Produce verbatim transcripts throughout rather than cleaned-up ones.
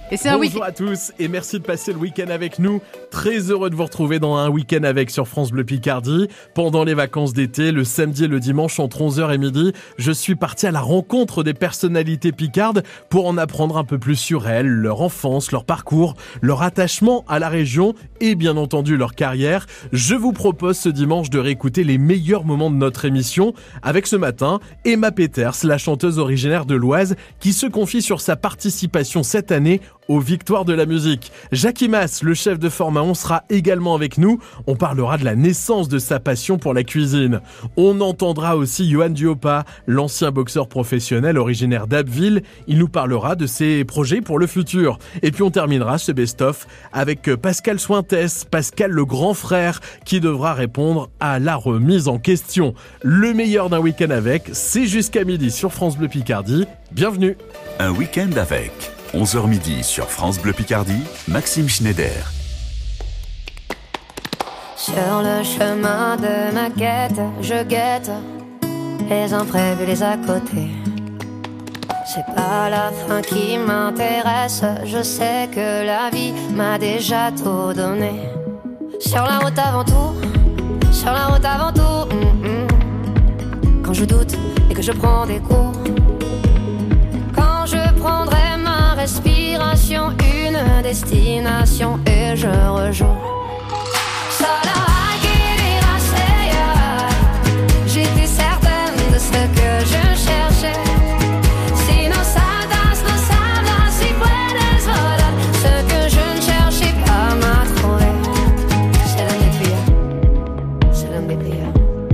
Et c'est un Bonjour week- à tous et merci de passer le week-end avec nous. Très heureux de vous retrouver dans un week-end avec sur France Bleu Picardie. Pendant les vacances d'été, le samedi et le dimanche entre onze heures et midi, je suis parti à la rencontre des personnalités picardes pour en apprendre un peu plus sur elles, leur enfance, leur parcours, leur attachement à la région et bien entendu leur carrière. Je vous propose ce dimanche de réécouter les meilleurs moments de notre émission avec ce matin Emma Peters, la chanteuse originaire de l'Oise qui se confie sur sa participation cette année aux Victoires de la musique. Jackie Mas, le chef de Formaon, sera également avec nous. On parlera de la naissance de sa passion pour la cuisine. On entendra aussi Johan Duopa, l'ancien boxeur professionnel originaire d'Abbeville. Il nous parlera de ses projets pour le futur. Et puis on terminera ce best-of avec Pascal Sointès, Pascal le grand frère, qui devra répondre à la remise en question. Le meilleur d'un week-end avec, c'est jusqu'à midi sur France Bleu Picardie. Bienvenue. Un week-end avec... onze heures midi sur France Bleu Picardie, Maxime Schneider. Sur le chemin de ma quête, je guette les imprévus, les à côté. C'est pas la fin qui m'intéresse, je sais que la vie m'a déjà tout donné. Sur la route avant tout, sur la route avant tout, mm-mm. Quand je doute et que je prends des coups, quand je prendrai ma respiration, une destination et je rejoins. J'étais certaine de ce que je cherchais. Si nos sadas, nos sadas, si puedes volar, ce que je ne cherchais pas m'a trouvé. Se lo envía, se lo envía.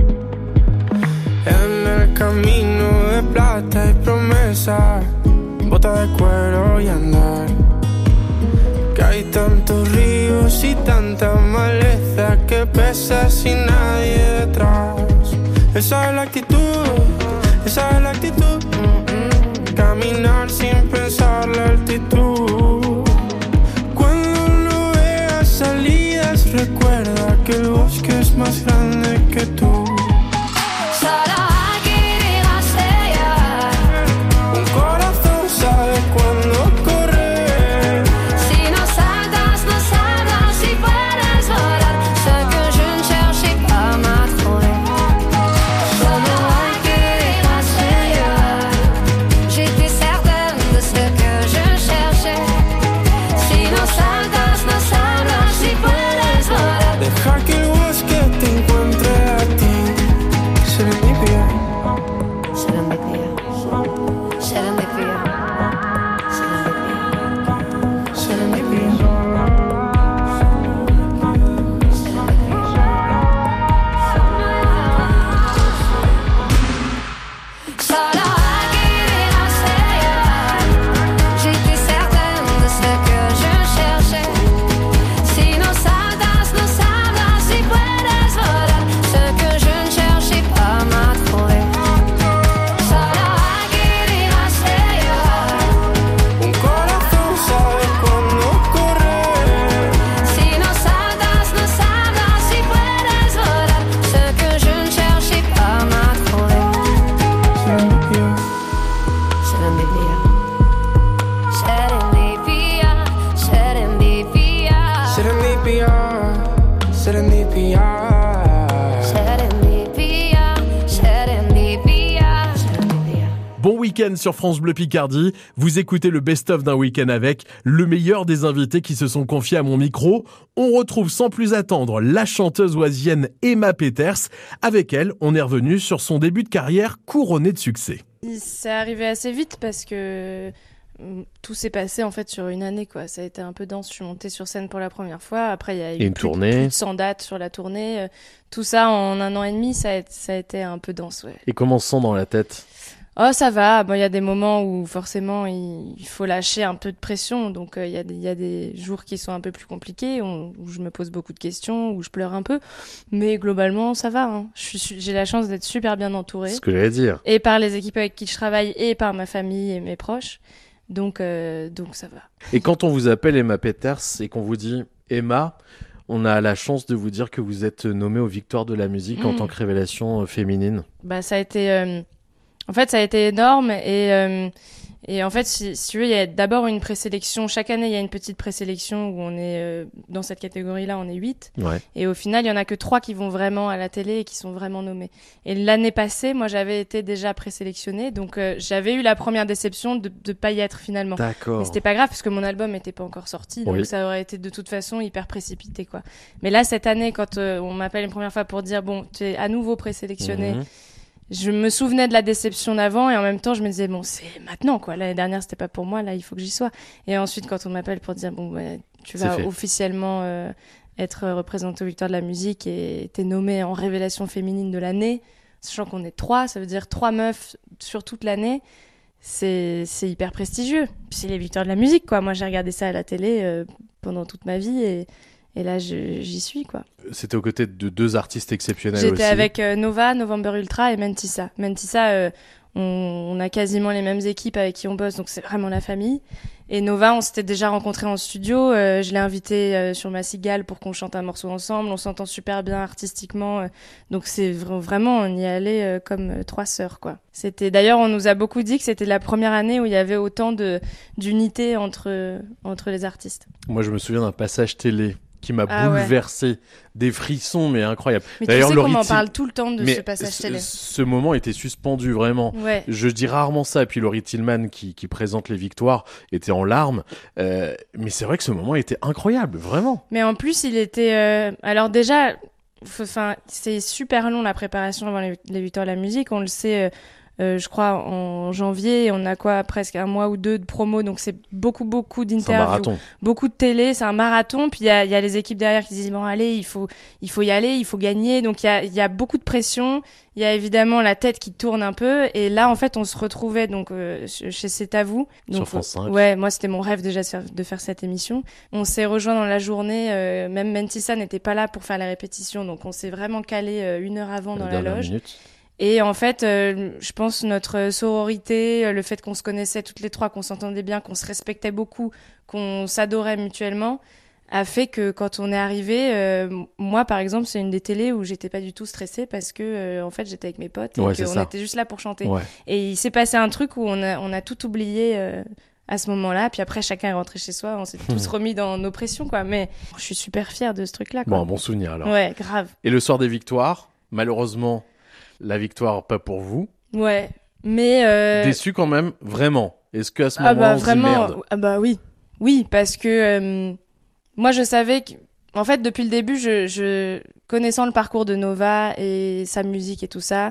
En el camino de plata y promesa, bota de cuero y andar. Que hay tantos ríos y tanta maleza que pesa sin nadie detrás. Esa es la actitud, esa es la actitud. Mm-mm. Caminar sin pensar la altitud. Cuando no veas salidas, recuerda que el bosque es más grande que tú. Sur France Bleu Picardie, vous écoutez le best-of d'un week-end avec le meilleur des invités qui se sont confiés à mon micro. On retrouve sans plus attendre la chanteuse oisienne Emma Peters. Avec elle, on est revenu sur son début de carrière couronné de succès. C'est arrivé assez vite parce que tout s'est passé en fait sur une année, quoi. Ça a été un peu dense. Je suis montée sur scène pour la première fois. Après, il y a eu une plus, tournée. plus de cent dates sur la tournée. Tout ça en un an et demi, ça a, ça a été un peu dense, ouais. Et comment on se sent dans la tête ? Oh, ça va. Bon, il y a des moments où forcément il, il faut lâcher un peu de pression. Donc, euh, il y a des, il y a des jours qui sont un peu plus compliqués, où, où je me pose beaucoup de questions, où je pleure un peu. Mais globalement, ça va. Hein. Je suis, j'ai la chance d'être super bien entourée. C'est ce que j'allais dire. Et par les équipes avec qui je travaille, et par ma famille et mes proches. Donc, euh, donc ça va. Et quand on vous appelle Emma Peters et qu'on vous dit Emma, on a la chance de vous dire que vous êtes nommée aux Victoires de la musique mmh. en tant que révélation féminine. Bah, ça a été. Euh... En fait, ça a été énorme et, euh, Et en fait, si, si tu veux, il y a d'abord une présélection. Chaque année, il y a une petite présélection où on est, euh, dans cette catégorie-là, on est huit. Ouais. Et au final, il y en a que trois qui vont vraiment à la télé et qui sont vraiment nommés. Et l'année passée, moi, j'avais été déjà présélectionnée. Donc, euh, j'avais eu la première déception de ne pas y être finalement. D'accord. Mais c'était pas grave parce que mon album n'était pas encore sorti. Donc, Oui. ça aurait été de toute façon hyper précipité, quoi. Mais là, cette année, quand euh, on m'appelle une première fois pour dire, bon, tu es à nouveau présélectionné. Mhm. Je me souvenais de la déception d'avant et en même temps je me disais bon c'est maintenant quoi, l'année dernière c'était pas pour moi, là il faut que j'y sois. Et ensuite quand on m'appelle pour dire bon bah, tu vas officiellement euh, être représenté aux Victoires de la musique et t'es nommé en révélation féminine de l'année, sachant qu'on est trois, ça veut dire trois meufs sur toute l'année, c'est c'est hyper prestigieux. Puis c'est les Victoires de la musique quoi, moi j'ai regardé ça à la télé euh, pendant toute ma vie et Et là, je, j'y suis, quoi. C'était aux côtés de deux artistes exceptionnels J'étais aussi. J'étais avec euh, Nova, November Ultra et Mentissa. Mentissa, euh, on, on a quasiment les mêmes équipes avec qui on bosse, donc c'est vraiment la famille. Et Nova, on s'était déjà rencontrés en studio. Euh, je l'ai invité euh, sur ma cigale pour qu'on chante un morceau ensemble. On s'entend super bien artistiquement. Euh, donc c'est v- vraiment, on y allait euh, comme euh, trois sœurs, quoi. C'était, d'ailleurs, on nous a beaucoup dit que c'était la première année où il y avait autant de, d'unité entre, entre les artistes. Moi, je me souviens d'un passage télé qui m'a ah bouleversé, ouais. des frissons, mais incroyables. Mais D'ailleurs, tu sais qu'on Laurie m'en T... parle tout le temps de mais ce passage télé. Ce moment était suspendu, vraiment. Ouais. Je dis rarement ça. Et puis Laurie Tillman, qui, qui présente les victoires, était en larmes. Euh, mais c'est vrai que ce moment était incroyable, vraiment. Mais en plus, il était... Euh... Alors déjà, enfin, c'est super long la préparation avant les, les victoires de la musique. On le sait... Euh... Euh, je crois en janvier, on a quoi, presque un mois ou deux de promo, donc c'est beaucoup beaucoup d'interviews, beaucoup de télé, c'est un marathon. Puis il y a, y a les équipes derrière qui disent bon allez, il faut il faut y aller, il faut gagner. Donc il y a il y a beaucoup de pression. Il y a évidemment la tête qui tourne un peu. Et là en fait on se retrouvait donc euh, chez C'est à vous. Donc, sur France cinq. Ouais, moi c'était mon rêve déjà de faire, de faire cette émission. On s'est rejoint dans la journée. Euh, même Mentissa n'était pas là pour faire les répétitions, donc on s'est vraiment calé euh, une heure avant dans la loge. Minute. Et en fait, euh, je pense notre sororité, le fait qu'on se connaissait toutes les trois, qu'on s'entendait bien, qu'on se respectait beaucoup, qu'on s'adorait mutuellement, a fait que quand on est arrivé, euh, moi par exemple, c'est une des télés où j'étais pas du tout stressée parce que euh, en fait j'étais avec mes potes et ouais, qu'on était juste là pour chanter. Ouais. Et il s'est passé un truc où on a on a tout oublié. Euh, à ce moment-là, puis après chacun est rentré chez soi, on s'est tous remis dans nos pressions quoi. Mais je suis super fière de ce truc-là. Quoi. Bon, un bon souvenir alors. Ouais, grave. Et le soir des victoires, malheureusement. La victoire, pas pour vous. Ouais, mais... Euh... Déçu quand même, vraiment. Est-ce qu'à ce ah moment, bah, on vraiment, se dit merde ? Ah bah oui. Oui, parce que euh, moi, je savais que... En fait, depuis le début, je, je connaissant le parcours de Nova et sa musique et tout ça,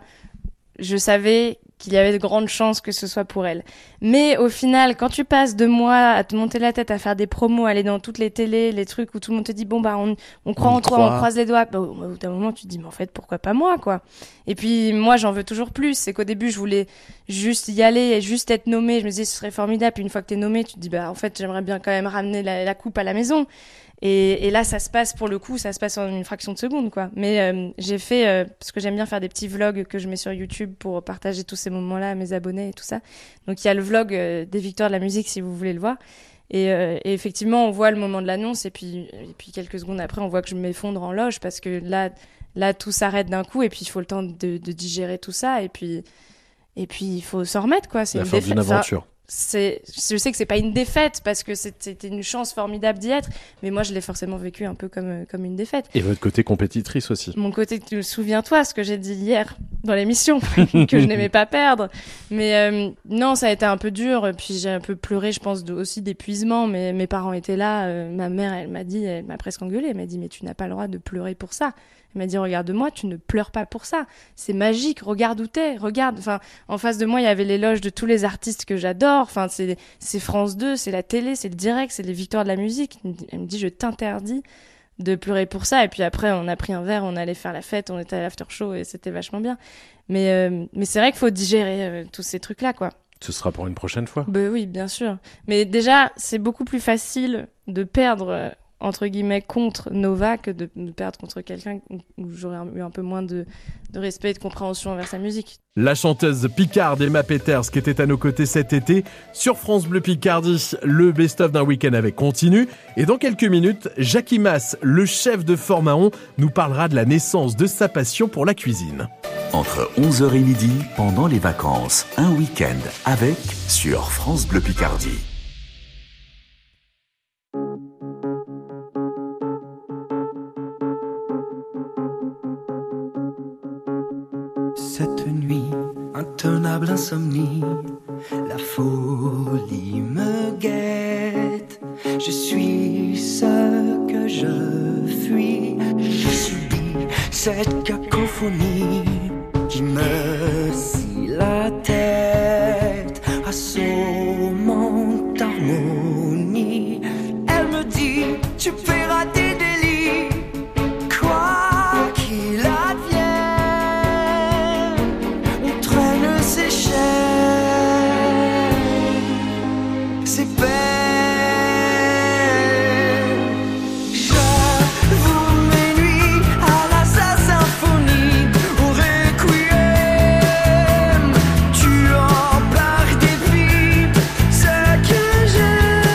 je savais qu'il y avait de grandes chances que ce soit pour elle. Mais au final, quand tu passes deux mois à te monter la tête, à faire des promos, à aller dans toutes les télés, les trucs où tout le monde te dit bon bah on, on croit on en toi, croit. on croise les doigts, bah, au bout d'un moment tu te dis mais en fait pourquoi pas moi quoi. Et puis moi j'en veux toujours plus. C'est qu'au début je voulais juste y aller et juste être nommée. Je me disais ce serait formidable. Puis une fois que t'es nommée, tu te dis bah en fait j'aimerais bien quand même ramener la, la coupe à la maison. Et, et là, ça se passe, pour le coup, ça se passe en une fraction de seconde, quoi. Mais euh, j'ai fait, euh, parce que j'aime bien faire des petits vlogs que je mets sur YouTube pour partager tous ces moments-là à mes abonnés et tout ça. Donc il y a le vlog euh, des victoires de la musique, si vous voulez le voir. Et, euh, et effectivement, on voit le moment de l'annonce, et puis, et puis quelques secondes après, on voit que je m'effondre en loge, parce que là, là tout s'arrête d'un coup, et puis il faut le temps de, de digérer tout ça, et puis, et puis il faut s'en remettre, quoi. C'est la une fin défaite. d'une aventure. C'est, je sais que c'est pas une défaite parce que c'était une chance formidable d'y être, mais moi je l'ai forcément vécu un peu comme, comme une défaite. Et votre côté compétitrice aussi. Mon côté, tu souviens-toi ce que j'ai dit hier dans l'émission, que je n'aimais pas perdre. Mais euh, non, ça a été un peu dur, puis j'ai un peu pleuré, je pense, de, aussi d'épuisement, mais mes parents étaient là, euh, ma mère, elle m'a dit, elle m'a presque engueulée, elle m'a dit, mais tu n'as pas le droit de pleurer pour ça. Elle m'a dit, regarde-moi, tu ne pleures pas pour ça. C'est magique, regarde où t'es, regarde. Enfin, en face de moi, il y avait l'éloge de tous les artistes que j'adore. Enfin, c'est, c'est France deux, c'est la télé, c'est le direct, c'est les victoires de la musique. Elle me dit, je t'interdis de pleurer pour ça. Et puis après, on a pris un verre, on allait faire la fête, on était à l'after show et c'était vachement bien. Mais, euh, mais c'est vrai qu'il faut digérer euh, tous ces trucs-là, quoi. Ce sera pour une prochaine fois. Ben oui, bien sûr. Mais déjà, c'est beaucoup plus facile de perdre entre guillemets contre Nova que de, de perdre contre quelqu'un où j'aurais eu un peu moins de, de respect et de compréhension envers sa musique. La chanteuse picarde Emma Peters qui était à nos côtés cet été sur France Bleu Picardie, le best-of d'un week-end avec continue. Et dans quelques minutes, Jackie Mass, le chef de Fort-Mahon, nous parlera de la naissance de sa passion pour la cuisine. Entre onze heures et midi, pendant les vacances, un week-end avec sur France Bleu Picardie. Cette nuit, intenable insomnie, la folie me guette. Je suis ce que je fuis, je subis cette cacophonie qui me scie la tête, assommant harmonie. Elle me dit, tu paieras tes délits, quoi qu'il advienne. On traîne ses chaînes, ses peines. J'avoue mes nuits à la sa symphonie, au requiem, tuant par dépit ce que je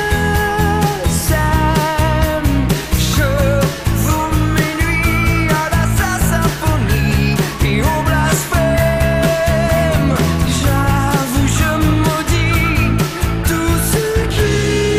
sème. J'avoue mes nuits à la sa symphonie et au blasphème. J'avoue, je maudis tout ce qui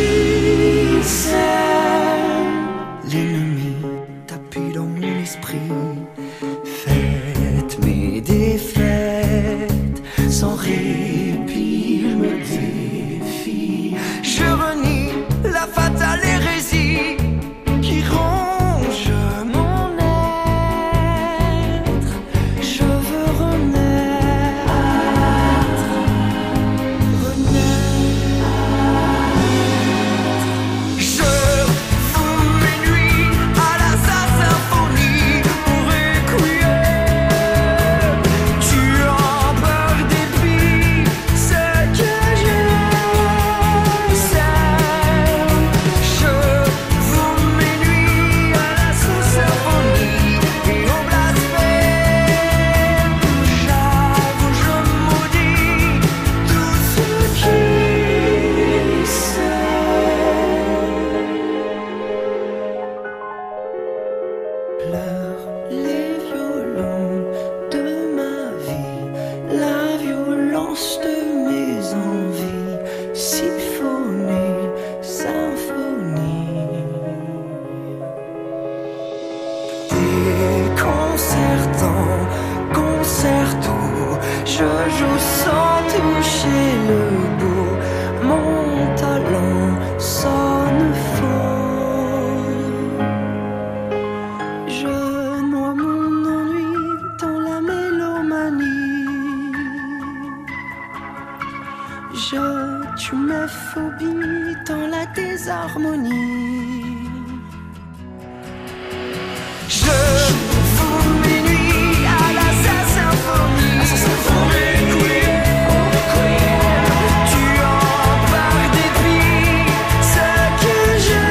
s'aime. L'ennemi tapis dans mon esprit, faites mes défaites sans répit, il me défie. Je renie la fatale hérésie qui ronge mon être. Je veux renaître, renaître. Je fous mes nuits à la sa symphonie, au requiem, tuant par dépit ce que je sème. Je fous mes nuits à la sa symphonie et au blasphème. J'avoue, je maudis tout ce qui pleure les violons de ma vie, la violence de mes envies, symphonie, symphonie. Déconcertant, concerto, je joue sans toucher le bout, mon talent sonne faux. Je noie mon ennui dans la mélomanie. Je tue mes phobies dans la désharmonie. Je fous mes nuits à la sa symphonie, au requiem, tuant par dépit ce que je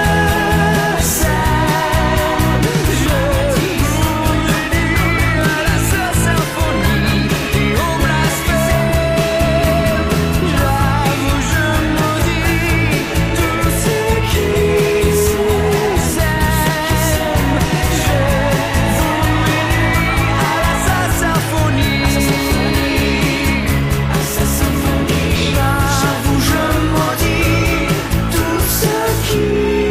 sème. Je fous mes nuits à la sa symphonie et au blasphème. J'avoue, je maudis tout ce qui s'aime. Je fous mes nuits à la sa symphonie, à sa symphonie. J'avoue, je maudis tout ce qui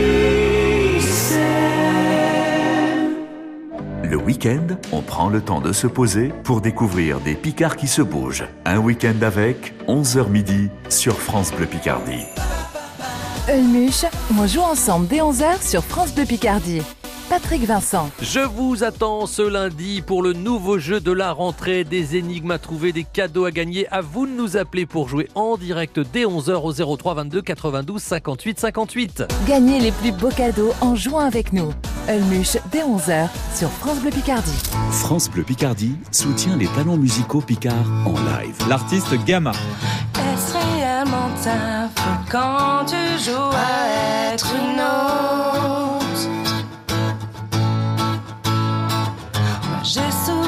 s'aime. Le week-end, on prend le temps de se poser pour découvrir des Picards qui se bougent. Un week-end avec onze heures midi sur France Bleu Picardie. Eulmuche, on joue ensemble dès onze heures sur France Bleu Picardie. Patrick Vincent. Je vous attends ce lundi pour le nouveau jeu de la rentrée, des énigmes à trouver, des cadeaux à gagner. À vous de nous appeler pour jouer en direct dès onze heures au zéro trois vingt-deux quatre-vingt-douze cinquante-huit cinquante-huit. Gagnez les plus beaux cadeaux en jouant avec nous. Eulmuche dès onze heures sur France Bleu Picardie. France Bleu Picardie soutient les talents musicaux picards en live. L'artiste Gamma. Est-ce réellement ta faute quand tu joues à être une autre?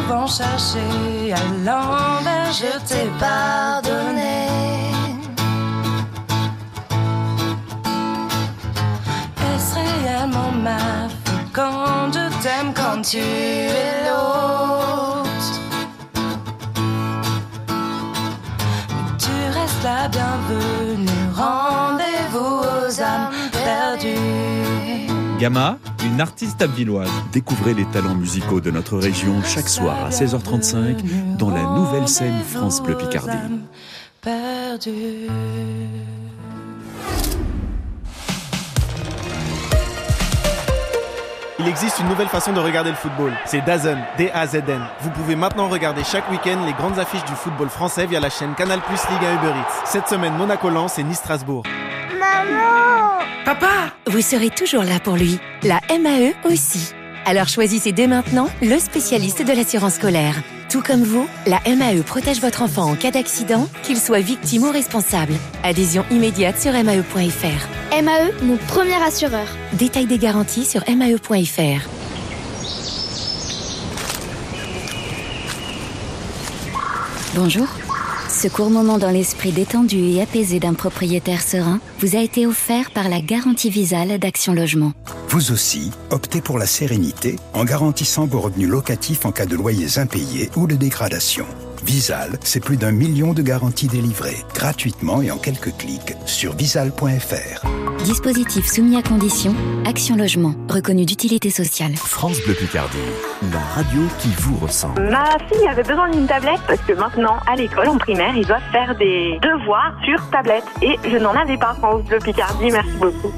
souvent cherché à l'envers, je t'ai pardonné. Est-ce réellement ma faute quand je t'aime, quand tu es l'autre? Tu restes la bienvenue, rendez-vous aux âmes perdues. Gamma, une artiste abbvilloise. Découvrez les talents musicaux de notre région chaque soir à seize heures trente-cinq dans la nouvelle scène France Bleu Picardie. Il existe une nouvelle façon de regarder le football, c'est DAZN, D A Z N. Vous pouvez maintenant regarder chaque week-end les grandes affiches du football français via la chaîne Canal plus, Ligue un Uber Eats. Cette semaine, Monaco-Lens et Nice-Strasbourg. Maman! Papa! Vous serez toujours là pour lui. La M A E aussi. Alors choisissez dès maintenant le spécialiste de l'assurance scolaire. Tout comme vous, la M A E protège votre enfant en cas d'accident, qu'il soit victime ou responsable. Adhésion immédiate sur M A E point F R. M A E, mon premier assureur. Détail des garanties sur M A E point F R. Bonjour. Ce court moment dans l'esprit détendu et apaisé d'un propriétaire serein vous a été offert par la garantie Visale d'Action Logement. Vous aussi, optez pour la sérénité en garantissant vos revenus locatifs en cas de loyers impayés ou de dégradation. Visale, c'est plus d'un million de garanties délivrées, gratuitement et en quelques clics sur visale point F R. Dispositif soumis à conditions, Action Logement, reconnu d'utilité sociale. France Bleu Picardie, la radio qui vous ressemble. Ma fille avait besoin d'une tablette parce que maintenant, à l'école, en primaire, ils doivent faire des devoirs sur tablette. Et je n'en avais pas, France Bleu Picardie, merci beaucoup.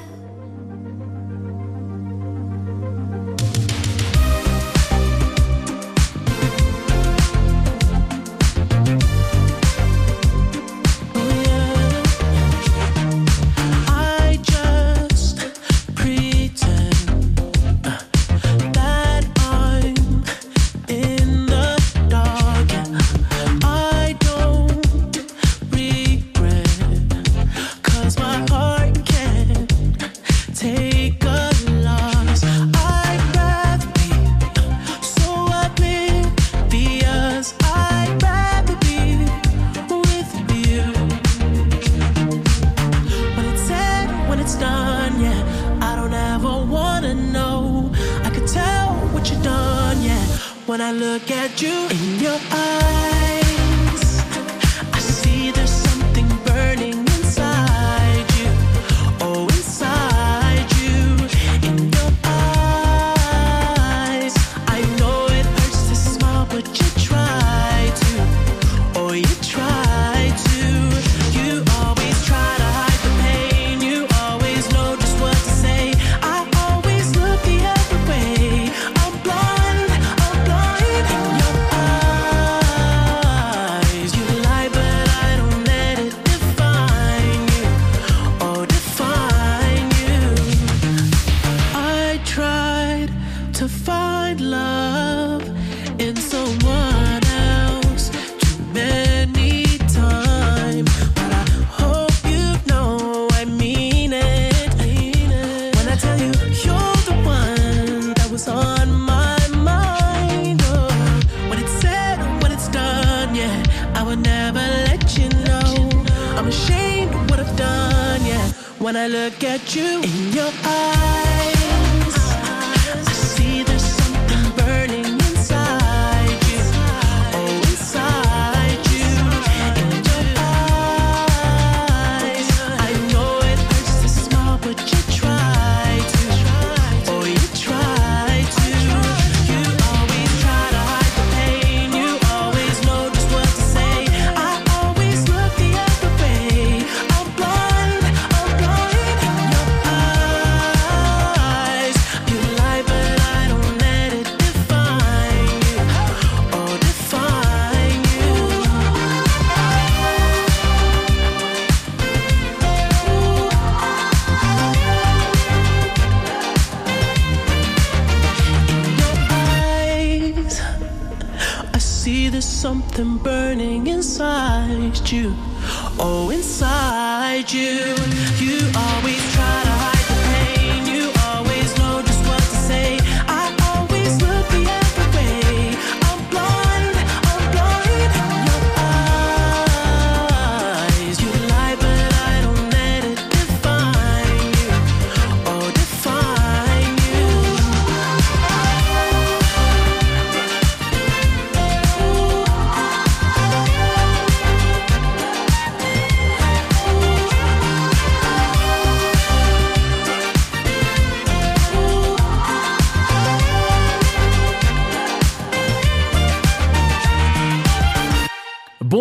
When I look at you in your eyes, I see there's something burning inside you. Oh, inside you, in your eyes. I know it hurts to smile, but you try to. Oh, you try to. You always try to hide the pain. You always know just what to say. I always look the other way. I'm blind. To find love in someone else too many times, but I hope you know I mean it. When I tell you you're the one that was on my mind. Oh, when it's said, when it's done, yeah, I would never let you know. I'm ashamed of what I've done, yeah. When I look at you in your eyes, something burning inside you. Oh, inside you. You always try to hide the pain. You always know just what to say. I always look the other way. I'm blind.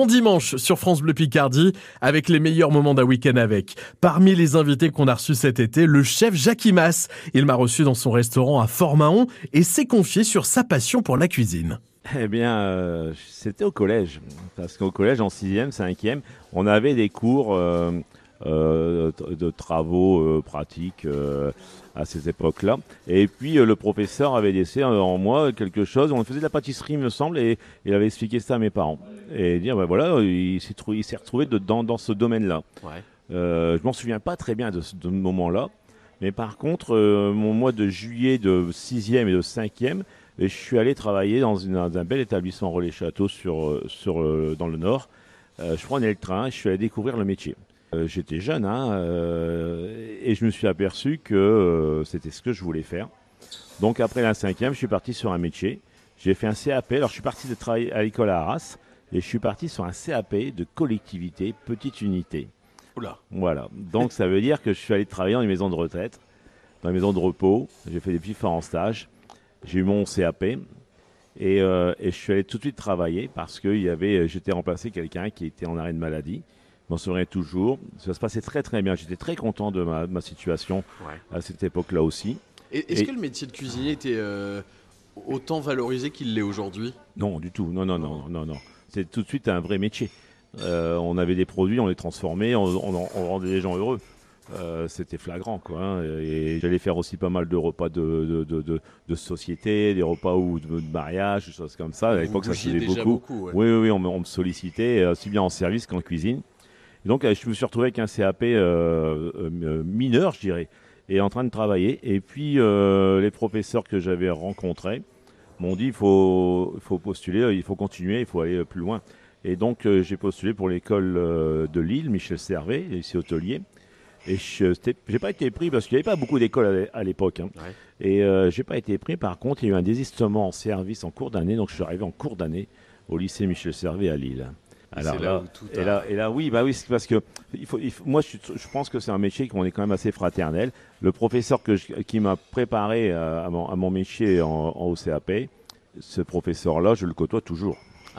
dimanche sur France Bleu Picardie avec les meilleurs moments d'un week-end avec. Parmi les invités qu'on a reçus cet été, le chef Jackie Mas. Il m'a reçu dans son restaurant à Fort-Mahon et s'est confié sur sa passion pour la cuisine. Eh bien, euh, c'était au collège. Parce qu'au collège, en sixième, cinquième, on avait des cours euh, euh, de travaux euh, pratiques euh, à ces époques-là. Et puis, euh, le professeur avait laissé en moi quelque chose. On faisait de la pâtisserie, il me semble, et il avait expliqué ça à mes parents. Et dire, ben voilà, il s'est, trou- il s'est retrouvé de, dans, dans ce domaine-là. Ouais. Euh, je m'en souviens pas très bien de ce de moment-là. Mais par contre, euh, mon mois de juillet de sixième et de cinquième, et je suis allé travailler dans, une, dans un bel établissement Relais-Château sur, sur, euh, dans le Nord. Euh, je prenais le train et je suis allé découvrir le métier. Euh, j'étais jeune hein, euh, et je me suis aperçu que euh, c'était ce que je voulais faire. Donc après la cinquième, je suis parti sur un métier. J'ai fait un C A P. Alors je suis parti de travailler à l'école à Arras et je suis parti sur un C A P de collectivité petite unité. Oula. Voilà. Donc ça veut dire que je suis allé travailler dans les maisons de retraite, dans les maisons de repos. J'ai fait des différents stages. J'ai eu mon C A P et, euh, et je suis allé tout de suite travailler parce que il y avait, j'étais remplacé quelqu'un qui était en arrêt de maladie. Je m'en souviens toujours. Ça se passait très très bien. J'étais très content de ma, de ma situation ouais. à cette époque-là aussi. Et, est-ce et, que le métier de cuisinier était euh, autant valorisé qu'il l'est aujourd'hui ? Non, du tout. Non, non, non, non, non. C'est tout de suite un vrai métier. Euh, on avait des produits, on les transformait, on, on, on rendait les gens heureux. Euh, c'était flagrant quoi hein. Et j'allais faire aussi pas mal de repas de, de, de, de, de société, des repas ou de, de mariage, des choses comme ça. À l'époque ça se faisait beaucoup, beaucoup ouais. oui oui, oui on, me, on me sollicitait aussi bien en service qu'en cuisine. Et donc je me suis retrouvé avec un C A P euh, euh, mineur je dirais et en train de travailler et puis euh, les professeurs que j'avais rencontrés m'ont dit il faut, il faut postuler, il faut continuer, il faut aller plus loin et donc euh, j'ai postulé pour l'école euh, de Lille, Michel Servet, ici hôtelier. Et je n'ai pas été pris parce qu'il n'y avait pas beaucoup d'écoles à l'époque. Hein. Ouais. Et euh, je n'ai pas été pris. Par contre, il y a eu un désistement en service en cours d'année. Donc, je suis arrivé en cours d'année au lycée Michel Servet à Lille. Alors là, là, où tout et, là, et là, oui, bah oui, c'est parce que il faut, il faut, moi, je, je pense que c'est un métier qu'on est quand même assez fraternel. Le professeur que je, qui m'a préparé à, à, mon, à mon métier en, en O C A P, ce professeur-là, je le côtoie toujours.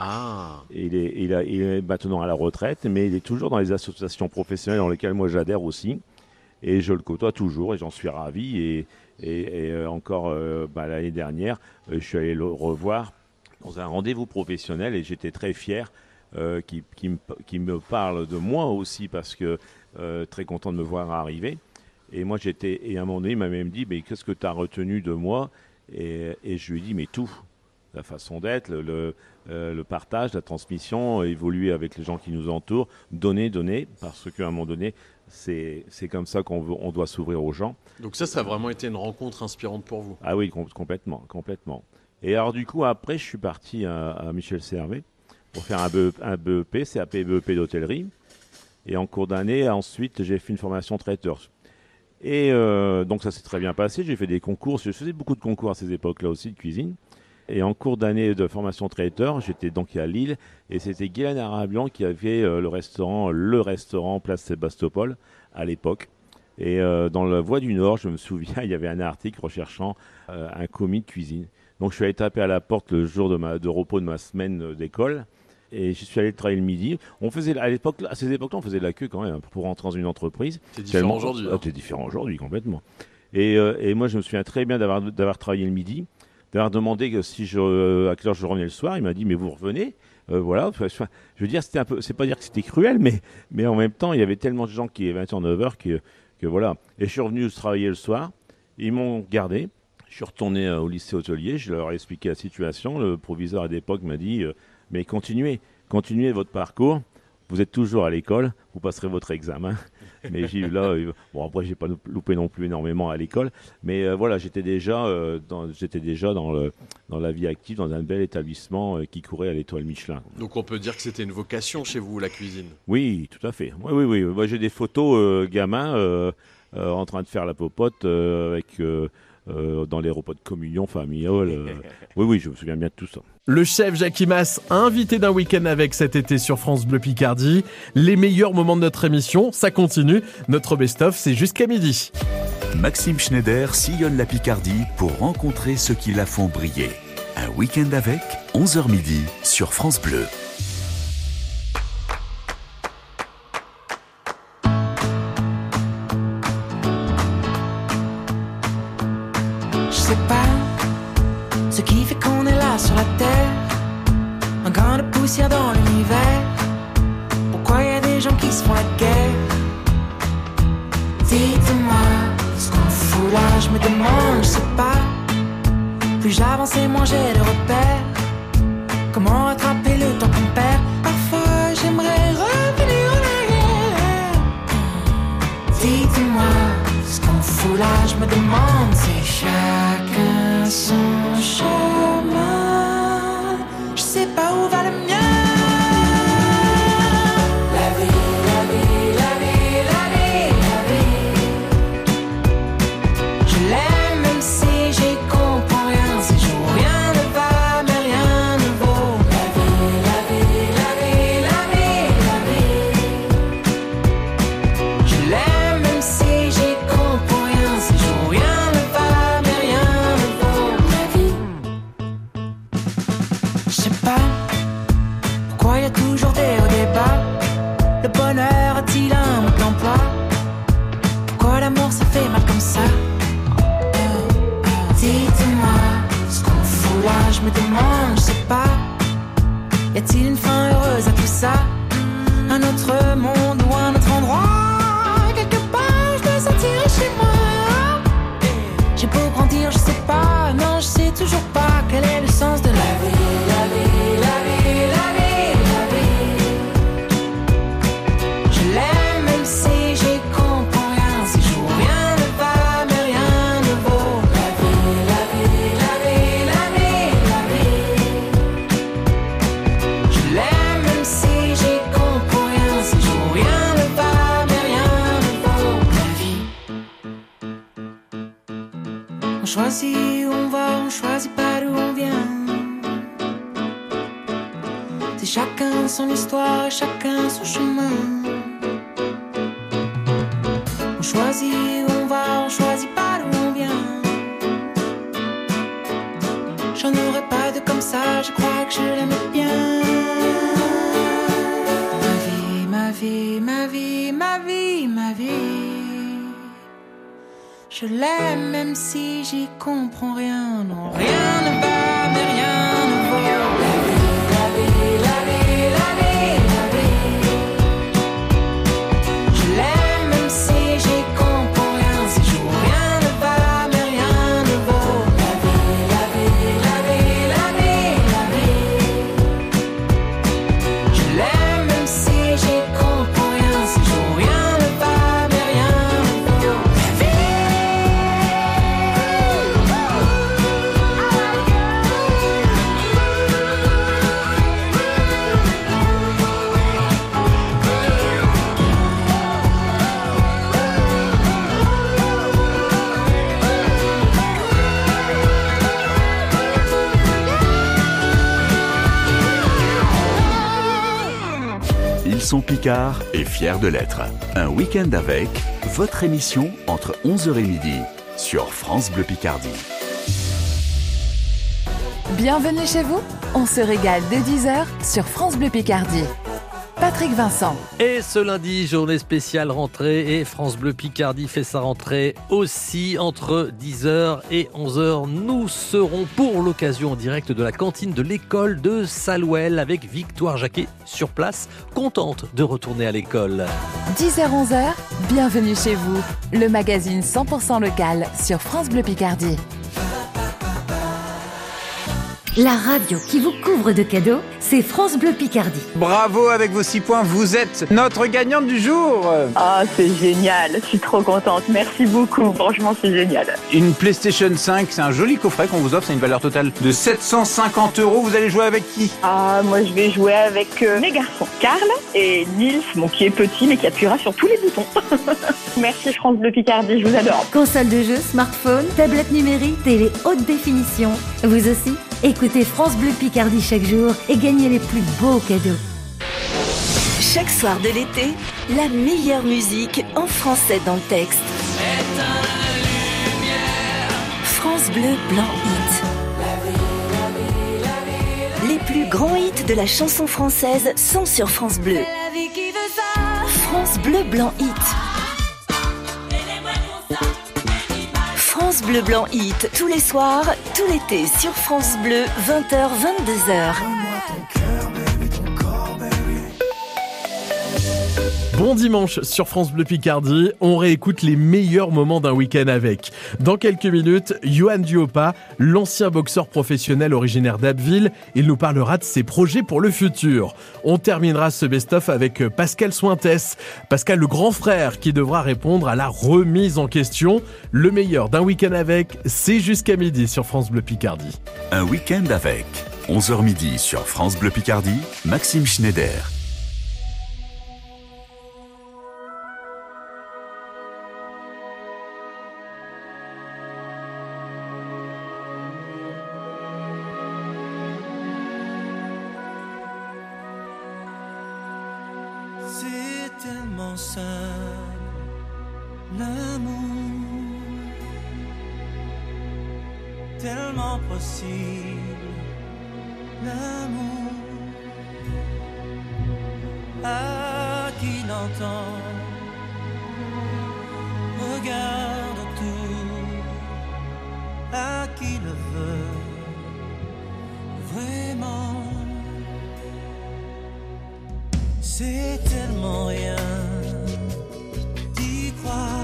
Ah. Il est, il, a, il est maintenant à la retraite, mais il est toujours dans les associations professionnelles dans lesquelles moi j'adhère aussi. Et je le côtoie toujours et j'en suis ravi. Et, et, et encore euh, bah, l'année dernière, euh, je suis allé le revoir dans un rendez-vous professionnel et j'étais très fier euh, qu'il qui me, qui me parle de moi aussi parce que euh, très content de me voir arriver. Et moi j'étais, et à un moment donné, il m'a même dit, mais qu'est-ce que tu as retenu de moi ? et, et je lui ai dit, mais tout. La façon d'être, le, le, euh, le partage, la transmission, évoluer avec les gens qui nous entourent, donner, donner, parce qu'à un moment donné, c'est, c'est comme ça qu'on veut, on doit s'ouvrir aux gens. Donc ça, ça a vraiment été une rencontre inspirante pour vous ? Ah oui, com- complètement, complètement. Et alors du coup, après, je suis parti à, à Michel Servet pour faire un, B, un B E P, C A P B E P d'hôtellerie. Et en cours d'année, ensuite, j'ai fait une formation traiteur. Et euh, donc ça s'est très bien passé, j'ai fait des concours, je faisais beaucoup de concours à ces époques-là aussi de cuisine. Et en cours d'année de formation traiteur, j'étais donc à Lille et c'était Guylaine Arabian qui avait euh, le restaurant, le restaurant Place Sébastopol à l'époque. Et euh, dans la Voix du Nord, je me souviens, il y avait un article recherchant euh, un commis de cuisine. Donc je suis allé taper à la porte le jour de, ma, de repos de ma semaine d'école et je suis allé travailler le midi. On faisait à l'époque, à ces époques-là, on faisait de la queue quand même pour rentrer dans une entreprise. C'est différent Tellement, aujourd'hui. Ah, c'est différent aujourd'hui complètement. Et, euh, et moi, je me souviens très bien d'avoir, d'avoir travaillé le midi. D'avoir demandé que si je, à quelle heure je revenais le soir, il m'a dit mais vous revenez, euh, voilà. Je veux dire c'était un peu, c'est pas dire que c'était cruel, mais mais en même temps il y avait tellement de gens qui avaient vingt heures, neuf heures que que voilà. Et je suis revenu travailler le soir, ils m'ont gardé, je suis retourné euh, au lycée hôtelier, je leur ai expliqué la situation. Le proviseur à l'époque m'a dit euh, mais continuez, continuez votre parcours. Vous êtes toujours à l'école, vous passerez votre examen. Mais j'ai eu là, euh, bon après j'ai pas loupé non plus énormément à l'école, mais euh, voilà j'étais déjà, euh, dans, j'étais déjà dans le dans la vie active dans un bel établissement euh, qui courait à l'étoile Michelin. Donc on peut dire que c'était une vocation chez vous la cuisine. Oui, tout à fait. Oui oui oui. Moi j'ai des photos euh, gamins euh, euh, en train de faire la popote euh, avec. Euh, Euh, dans les repas de communion familiale. Euh... oui, oui, je me souviens bien de tout ça. Le chef Jackie Mas, invité d'un week-end avec cet été sur France Bleu Picardie. Les meilleurs moments de notre émission, ça continue. Notre best-of, c'est jusqu'à midi. Maxime Schneider sillonne la Picardie pour rencontrer ceux qui la font briller. Un week-end avec, onze heures midi, sur France Bleu. sais pas ce qui fait qu'on est là sur la terre. Un grain de poussière dans l'univers. Pourquoi y a des gens qui se font la guerre? Dites-moi ce qu'on fout là, je me demande, je sais pas. Plus j'avance et moins j'ai de repères. Comment rattraper le temps qu'on perd? Parfois j'aimerais revenir en arrière. Dites-moi ce qu'on fout là, je me demande. C'est chacun son chemin. Je sais pas où va le mien. Je me demande, je sais pas. Y a-t-il une fin heureuse à tout ça? Un autre monde ou un autre endroit? Quelque part, je me sentirai chez moi. J'ai beau grandir, je sais pas. Non, je sais toujours pas quel est le sens de la vie. La vie, la vie, la vie, la vie. Je l'aime même si j'y comprends rien. Si jour rien ne va, mais rien ne vaut. La vie, la vie, la vie, la vie. On choisit où on va, on choisit pas d'où on vient. C'est chacun son histoire, chacun son chemin. On choisit où on va, on choisit pas d'où on vient. J'en aurais pas de comme ça, je crois que je l'aimais bien. Ma vie, ma vie, ma vie, ma vie. Je l'aime même si j'y comprends rien. Non, rien ne va, mais rien ne vaut. La vie, la vie, la vie, la vie, la vie. Je l'aime même si j'y comprends rien. Si jour rien ne va, mais rien ne vaut. La vie, la vie, la vie, la vie, la vie. Je l'aime même si j'y comprends rien. Si jour rien ne va, mais rien ne vaut. La vie. Ils sont picards et fiers de l'être. Un week-end avec votre émission entre onze heures et midi sur France Bleu Picardie. Bienvenue chez vous, on se régale dès dix heures sur France Bleu Picardie. Patrick Vincent. Et ce lundi, journée spéciale rentrée et France Bleu Picardie fait sa rentrée aussi entre dix heures et onze heures. Nous serons pour l'occasion en direct de la cantine de l'école de Salouel avec Victoire Jacquet sur place, contente de retourner à l'école. dix heures onze heures, bienvenue chez vous, le magazine cent pour cent local sur France Bleu Picardie. La radio qui vous couvre de cadeaux, c'est France Bleu Picardie. Bravo avec vos six points, vous êtes notre gagnante du jour. Ah, c'est génial, je suis trop contente, merci beaucoup, franchement c'est génial. Une PlayStation cinq, c'est un joli coffret qu'on vous offre, c'est une valeur totale de sept cent cinquante euros. Vous allez jouer avec qui? Ah, moi je vais jouer avec euh, mes garçons, Karl et Nils, bon, qui est petit mais qui appuiera sur tous les boutons. Merci France Bleu Picardie, je vous adore. Console de jeu, smartphone, tablette numérique, télé haute définition. Vous aussi? Écoutez France Bleu Picardie chaque jour et gagnez les plus beaux cadeaux. Chaque soir de l'été, la meilleure musique en français dans le texte. France Bleu Blanc Hit. Les plus grands hits de la chanson française sont sur France Bleu. France Bleu Blanc Hit. France Bleu Bleu Blanc Hit, tous les soirs, tout l'été sur France Bleu, vingt heures, vingt-deux heures. Bon dimanche sur France Bleu Picardie, on réécoute les meilleurs moments d'un week-end avec. Dans quelques minutes, Yohan Duopa, l'ancien boxeur professionnel originaire d'Abbeville, il nous parlera de ses projets pour le futur. On terminera ce best-of avec Pascal Sointès, Pascal le grand frère qui devra répondre à la remise en question. Le meilleur d'un week-end avec, c'est jusqu'à midi sur France Bleu Picardie. Un week-end avec, onze heures midi sur France Bleu Picardie, Maxime Schneider. Tellement possible, l'amour à qui l'entend regarde tout, à qui le veut vraiment. C'est tellement rien d'y croire,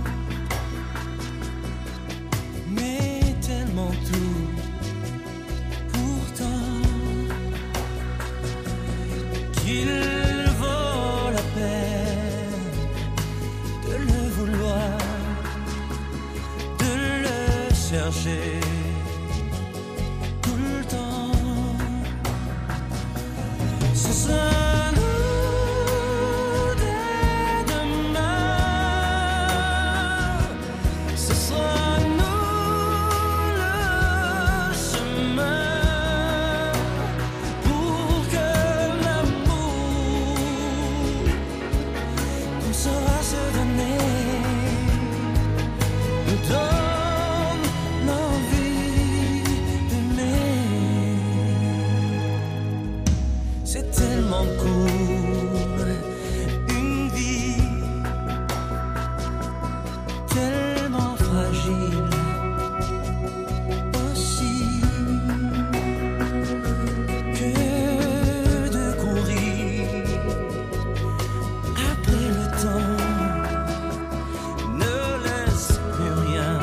mais tellement tout pourtant qu'il vaut la peine de le vouloir, de le chercher tout le temps. Ce sera nous dès demain, ce sera nous le chemin pour que l'amour qu'on saura se donner nous donne l'envie d'aimer. C'est tellement court, une vie tellement fragile aussi, que de courir après le temps ne laisse plus rien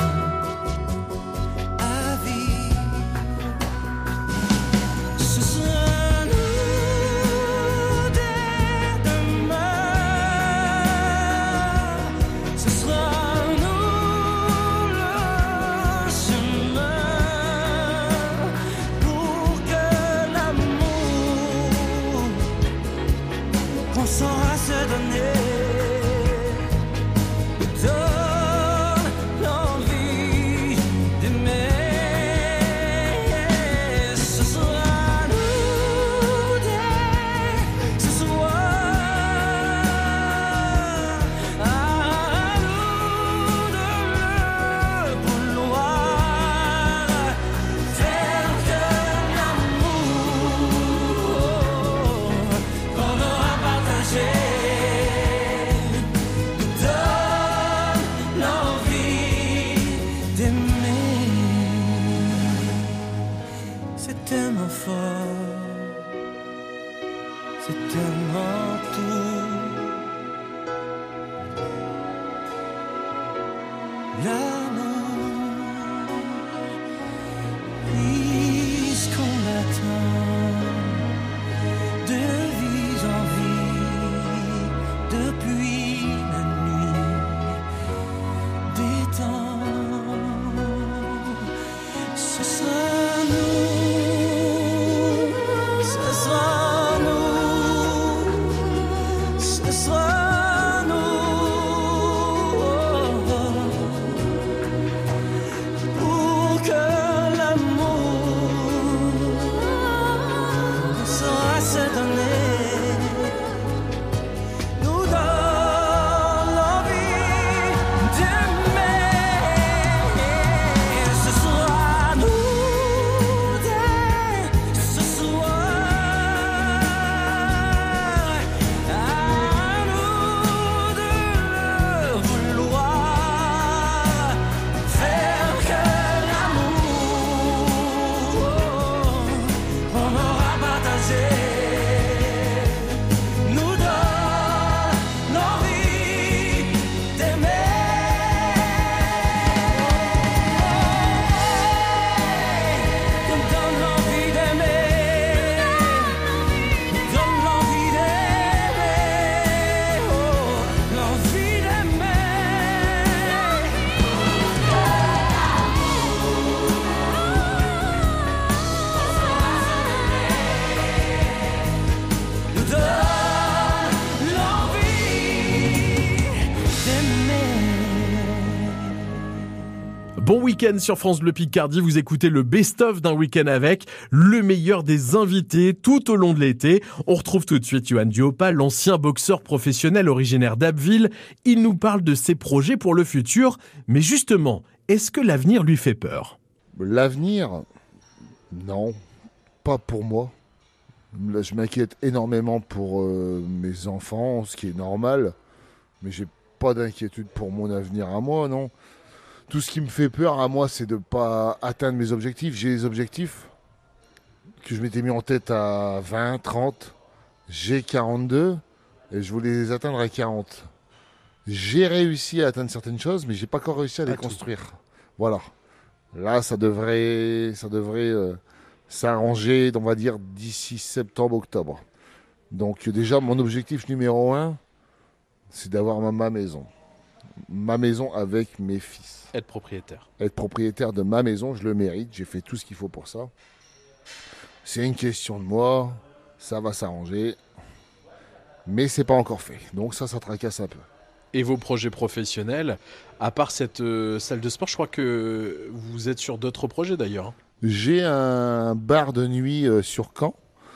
à vivre. Ce sera nous dès demain, ce sera nous le chemin pour que l'amour qu'on saura se donner nous donne l'envie d'aimer. Ce sera nous dès ce soir, à nous de le vouloir, faire que l'amour qu'on aura partagé nous donne l'envie d'aimer. C'est tellement fort, c'est tellement tout. L'amour, puisqu'on l'attend de vie en vie depuis la nuit des temps. Ce sera nous, ce sera nous, ce sera nous. Bon week-end sur France Bleu Picardie, vous écoutez le best-of d'un week-end avec le meilleur des invités tout au long de l'été. On retrouve tout de suite Johan Duhopa, l'ancien boxeur professionnel originaire d'Abbeville. Il nous parle de ses projets pour le futur, mais justement, est-ce que l'avenir lui fait peur ? L'avenir, non, pas pour moi. Là, je m'inquiète énormément pour euh, mes enfants, ce qui est normal, mais j'ai pas d'inquiétude pour mon avenir à moi, non. Tout ce qui me fait peur à moi, c'est de ne pas atteindre mes objectifs. J'ai des objectifs que je m'étais mis en tête à vingt, trente. J'ai quarante-deux et je voulais les atteindre à quarante. J'ai réussi à atteindre certaines choses, mais j'ai pas encore réussi à les construire. Voilà. Là, ça devrait, ça devrait euh, s'arranger, on va dire, d'ici septembre, octobre. Donc déjà, mon objectif numéro un, c'est d'avoir ma, ma maison. Ma maison avec mes fils. Être propriétaire. Être propriétaire de ma maison, je le mérite. J'ai fait tout ce qu'il faut pour ça. C'est une question de moi. Ça va s'arranger. Mais c'est pas encore fait. Donc ça, ça tracasse un peu. Et vos projets professionnels, à part cette euh, salle de sport, je crois que vous êtes sur d'autres projets d'ailleurs. J'ai un bar de nuit euh, sur Caen.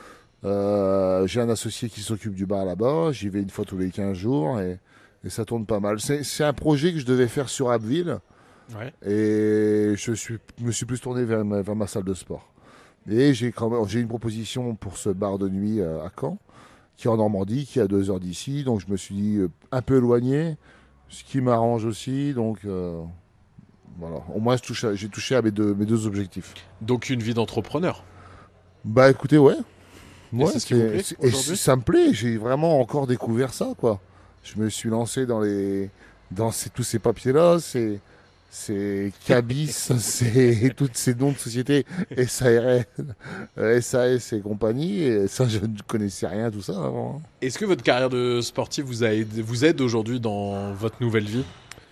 Euh, j'ai un associé qui s'occupe du bar là-bas. J'y vais une fois tous les quinze jours et, et ça tourne pas mal. C'est, c'est un projet que je devais faire sur Abbeville. Ouais. Et je suis, me suis plus tourné vers ma, vers ma salle de sport. Et j'ai, quand même, j'ai une proposition pour ce bar de nuit euh, à Caen, qui est en Normandie, qui est à deux heures d'ici. Donc je me suis dit euh, un peu éloigné, ce qui m'arrange aussi. Donc euh, voilà, au moins je touche à, j'ai touché à mes deux, mes deux objectifs. Donc une vie d'entrepreneur. Bah écoutez, ouais. Et Ouais, c'est ce qui vous plaît c'est- et aujourd'hui ça me plaît, j'ai vraiment encore découvert ça, quoi. Je me suis lancé dans les dans ces, tous ces papiers-là, c'est c'est Cabis, c'est toutes ces noms de société, S A R L, euh, S A S et compagnie, et ça je ne connaissais rien tout ça avant. Est-ce que votre carrière de sportif vous, a aidé- vous aide aujourd'hui dans votre nouvelle vie ?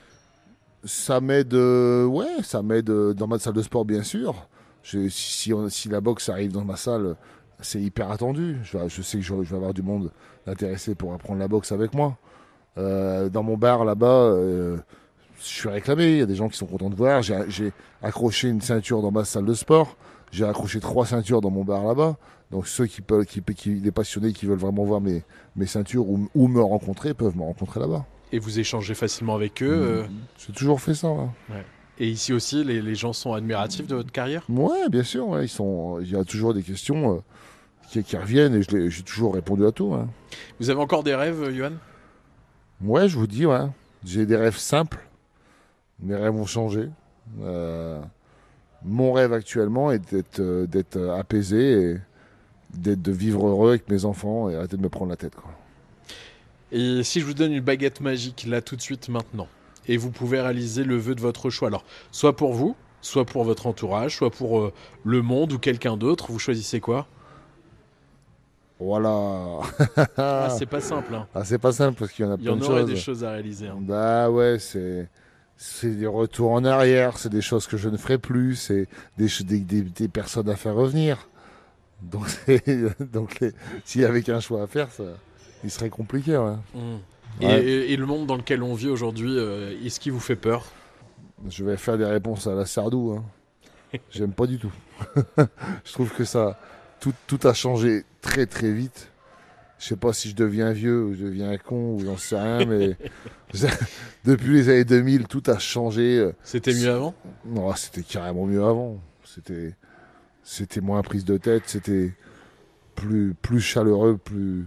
Ça m'aide, euh, ouais, ça m'aide euh, dans ma salle de sport, bien sûr. Je- si, si on- si la boxe arrive dans ma salle, c'est hyper attendu. Je, vais- je sais que je, je vais avoir du monde intéressé pour apprendre la boxe avec moi. Euh, dans mon bar là-bas, euh, je suis réclamé. Il y a des gens qui sont contents de voir. J'ai, j'ai accroché une ceinture dans ma salle de sport. J'ai accroché trois ceintures dans mon bar là-bas. Donc ceux qui peuvent, qui, qui, les passionnés qui veulent vraiment voir mes, mes ceintures ou, ou me rencontrer peuvent me rencontrer là-bas. Et vous échangez facilement avec eux euh, J'ai toujours fait ça. Ouais. ouais. Et ici aussi, les, les gens sont admiratifs de votre carrière ? Ouais, bien sûr. Ouais, ils sont, il y a toujours des questions euh, qui, qui reviennent et je les- j'ai toujours répondu à tout. Hein. Vous avez encore des rêves, euh, Johan ? Ouais, je vous dis, ouais. J'ai des rêves simples. Mes rêves ont changé. Euh, mon rêve actuellement est d'être, euh, d'être euh, apaisé et d'être, de vivre heureux avec mes enfants et arrêter de me prendre la tête, quoi. Et si je vous donne une baguette magique, là, tout de suite, maintenant, et vous pouvez réaliser le vœu de votre choix, alors, soit pour vous, soit pour votre entourage, soit pour euh, le monde ou quelqu'un d'autre, vous choisissez quoi ? Voilà. Ah, c'est pas simple, hein. Ah, c'est pas simple parce qu'il y en a Il y plein en de aurait choses. des choses à réaliser, hein. Bah ouais, c'est c'est des retours en arrière, c'est des choses que je ne ferai plus, c'est des, ch- des, des, des personnes à faire revenir. Donc, c'est- donc les- s'il y avait qu'un choix à faire, ça, il serait compliqué. Ouais. Mm. Et, Ouais. et- et le monde dans lequel on vit aujourd'hui, euh, est-ce qu'il vous fait peur ? Je vais faire des réponses à la Sardou. Hein. J'aime pas du tout. Je trouve que ça, tout, tout a changé très très vite. Je sais pas si je deviens vieux ou je deviens un con ou j'en sais rien, mais depuis les années deux mille, tout a changé. C'était mieux avant ? Non, c'était carrément mieux avant. C'était, c'était moins prise de tête, c'était plus, plus chaleureux, plus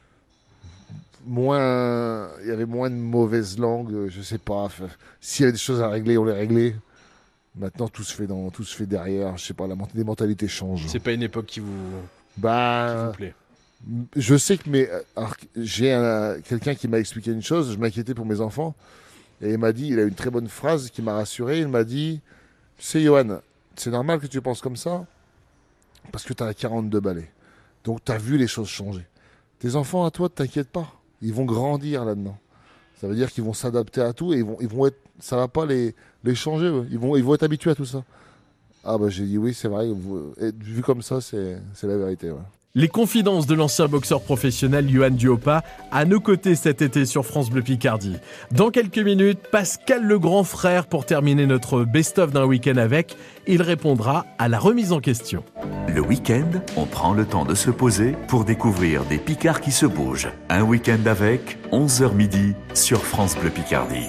moins, il y avait moins de mauvaises langues, je sais pas. Enfin, s'il y avait des choses à régler, on les réglait. Maintenant, tout se fait dans, tout se fait derrière. Je sais pas, la, ment- les mentalités changent. C'est pas une époque qui vous, Bah, qui vous plaît ? je sais que mes, alors, j'ai un- quelqu'un qui m'a expliqué une chose. Je m'inquiétais pour mes enfants et il m'a dit, il a une très bonne phrase qui m'a rassuré. Il m'a dit, tu sais, Johan, c'est normal que tu penses comme ça parce que tu as quarante-deux balais. Donc, tu as vu les choses changer. Tes enfants, à toi, ne t'inquiète pas. Ils vont grandir là-dedans. Ça veut dire qu'ils vont s'adapter à tout et ils vont, ils vont être, ça va pas les, les changer. Eux. Ils vont, ils vont être habitués à tout ça. Ah bah j'ai dit oui, c'est vrai. Vous, et vu comme ça, c'est, c'est la vérité. Ouais. Les confidences de l'ancien boxeur professionnel Yoann Duhopa à nos côtés cet été sur France Bleu Picardie. Dans quelques minutes, Pascal le grand frère pour terminer notre best-of d'un week-end avec. Il répondra à la remise en question. Le week-end, on prend le temps de se poser pour découvrir des Picards qui se bougent. Un week-end avec, onze heures midi sur France Bleu Picardie.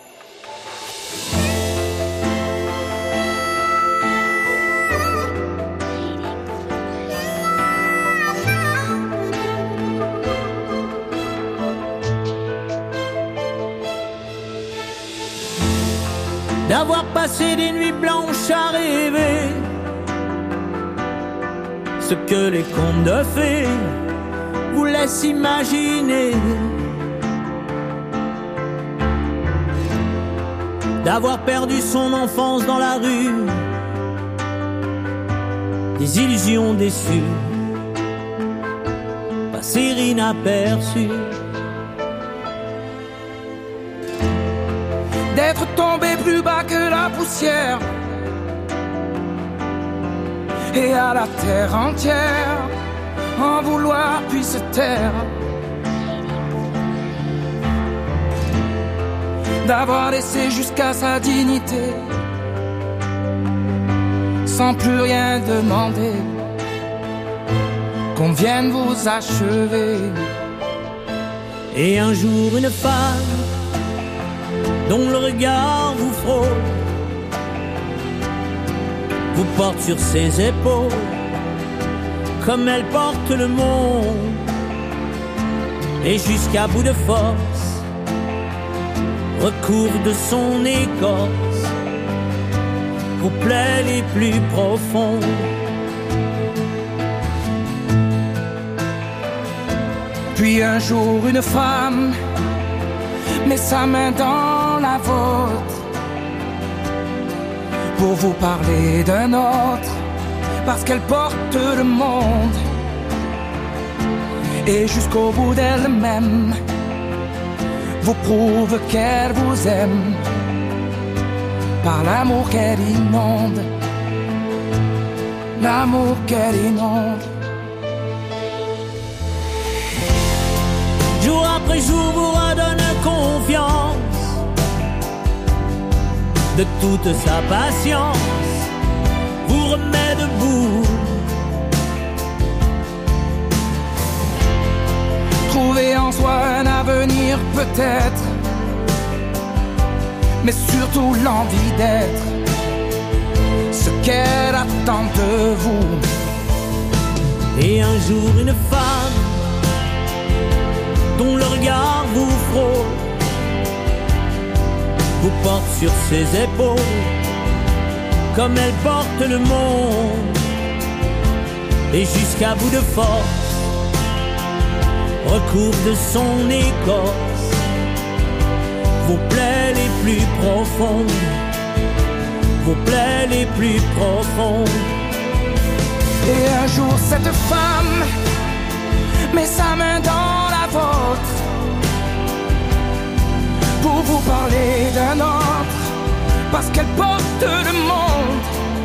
D'avoir passé des nuits blanches à rêver ce que les contes de fées vous laissent imaginer. D'avoir perdu son enfance dans la rue, des illusions déçues, passer inaperçues. D'être tombé plus bas que la poussière et à la terre entière en vouloir puis se taire. D'avoir laissé jusqu'à sa dignité sans plus rien demander, qu'on vienne vous achever. Et un jour une femme dont le regard vous frôle, vous porte sur ses épaules, comme elle porte le monde, et jusqu'à bout de force, recouvre de son écorce, vos plaies les plus profondes. Puis un jour une femme met sa main dans la vôtre pour vous parler d'un autre, parce qu'elle porte le monde, et jusqu'au bout d'elle-même vous prouve qu'elle vous aime par l'amour qu'elle inonde, l'amour qu'elle inonde. Jour après jour vous redonne confiance de toute sa patience, vous remet debout. Trouver en soi un avenir peut-être, mais surtout l'envie d'être ce qu'elle attend de vous. Et un jour une femme dont le regard vous frôle, vous porte sur ses épaules, comme elle porte le monde, et jusqu'à bout de force, recouvre de son écorce, vos plaies les plus profondes, vos plaies les plus profondes. Et un jour cette femme met sa main dans la vôtre pour vous parler d'un autre, parce qu'elle porte le monde,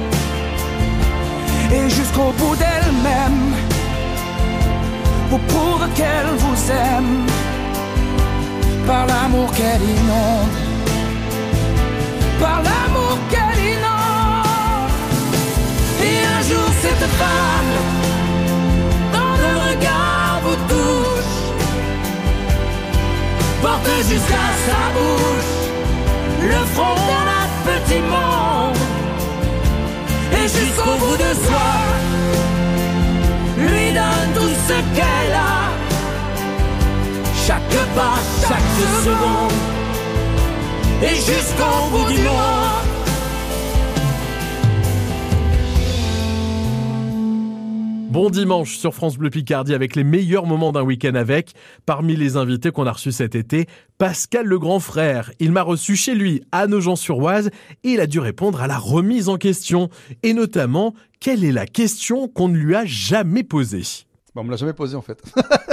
et jusqu'au bout d'elle-même vous prouve qu'elle vous aime par l'amour qu'elle inonde, par l'amour qu'elle inonde. Et un jour cette femme dans le regard vous touche, porte jusqu'à sa bouche le front d'un petit monde, et jusqu'au bout de soi lui donne tout ce qu'elle a, chaque pas, chaque seconde, et jusqu'au bout du monde. Bon dimanche sur France Bleu Picardie avec les meilleurs moments d'un week-end avec. Parmi les invités qu'on a reçus cet été, Pascal le grand frère. Il m'a reçu chez lui à Nogent-sur-Oise et il a dû répondre à la remise en question. Et notamment, quelle est la question qu'on ne lui a jamais posée? Bon, on me l'a jamais posée en fait.